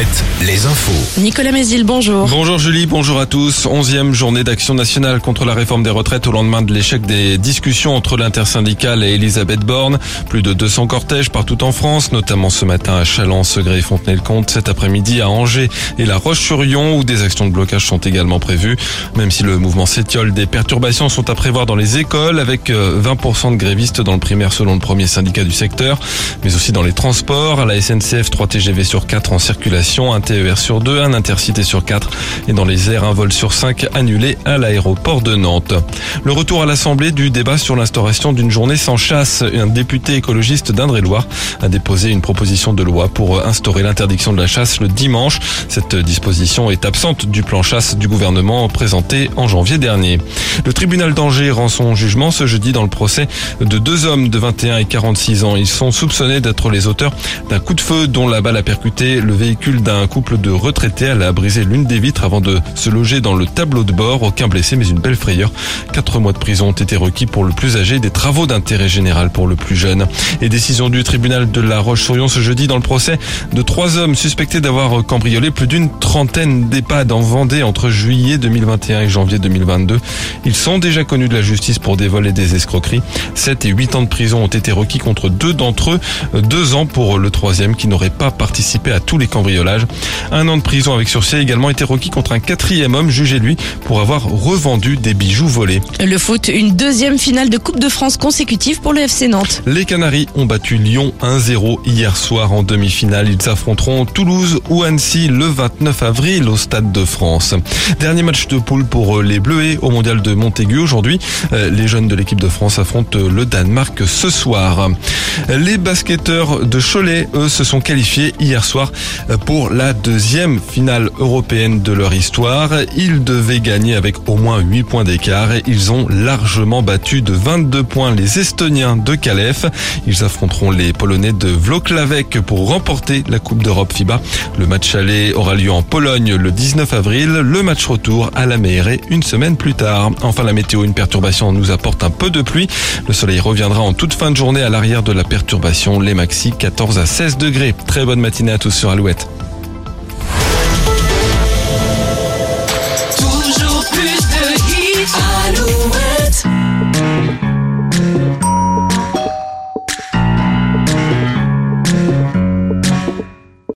Alouette, les infos. Nicolas Mézil, bonjour. Bonjour Julie, bonjour à tous. 11e journée d'action nationale contre la réforme des retraites au lendemain de l'échec des discussions entre l'intersyndicale et Elisabeth Borne. Plus de 200 cortèges partout en France, notamment ce matin à Châlons, Segré et Fontenay-le-Comte. Cet après-midi à Angers et La Roche-sur-Yon où des actions de blocage sont également prévues. Même si le mouvement s'étiole, des perturbations sont à prévoir dans les écoles avec 20% de grévistes dans le primaire selon le premier syndicat du secteur. Mais aussi dans les transports, à la SNCF 3 TGV sur 4 en circulation, un TER sur 2, un Intercité sur 4 et dans les airs un vol sur 5 annulé à l'aéroport de Nantes. Le retour à l'Assemblée du débat sur l'instauration d'une journée sans chasse. Un député écologiste d'Indre-et-Loire a déposé une proposition de loi pour instaurer l'interdiction de la chasse le dimanche. Cette disposition est absente du plan chasse du gouvernement présenté en janvier dernier. Le tribunal d'Angers rend son jugement ce jeudi dans le procès de deux hommes de 21 et 46 ans. Ils sont soupçonnés d'être les auteurs d'un coup de feu dont la balle a percuté le véhicule d'un couple de retraités. Elle a brisé l'une des vitres avant de se loger dans le tableau de bord. Aucun blessé mais une belle frayeur. 4 mois de prison ont été requis pour le plus âgé, des travaux d'intérêt général pour le plus jeune. Et décision du tribunal de La Roche-sur-Yon ce jeudi dans le procès de 3 hommes suspectés d'avoir cambriolé plus d'une trentaine d'EHPAD en Vendée entre juillet 2021 et janvier 2022. Ils sont déjà connus de la justice pour des vols et des escroqueries. 7 et 8 ans de prison ont été requis contre 2 d'entre eux. 2 ans pour le troisième qui n'aurait pas participé à tous les cambriolages. 1 an de prison avec sursis a également été requis contre un 4e homme jugé lui pour avoir revendu des bijoux volés. Le foot, une deuxième finale de Coupe de France consécutive pour le FC Nantes. Les Canaries ont battu Lyon 1-0 hier soir en demi-finale. Ils affronteront Toulouse ou Annecy le 29 avril au Stade de France. Dernier match de poule pour les Bleuets au mondial de Montaigu aujourd'hui. Les jeunes de l'équipe de France affrontent le Danemark ce soir. Les basketteurs de Cholet, eux, se sont qualifiés hier soir pour la deuxième finale européenne de leur histoire. Ils devaient gagner avec au moins 8 points d'écart et ils ont largement battu de 22 points les Estoniens de Calef. Ils affronteront les Polonais de Włocławek pour remporter la Coupe d'Europe FIBA. Le match aller aura lieu en Pologne le 19 avril. Le match retour à la Mairie une semaine plus tard. Enfin la météo, une perturbation nous apporte un peu de pluie. Le soleil reviendra en toute fin de journée à l'arrière de la perturbation. Les maxi 14 à 16 degrés. Très bonne matinée à tous sur Alouette.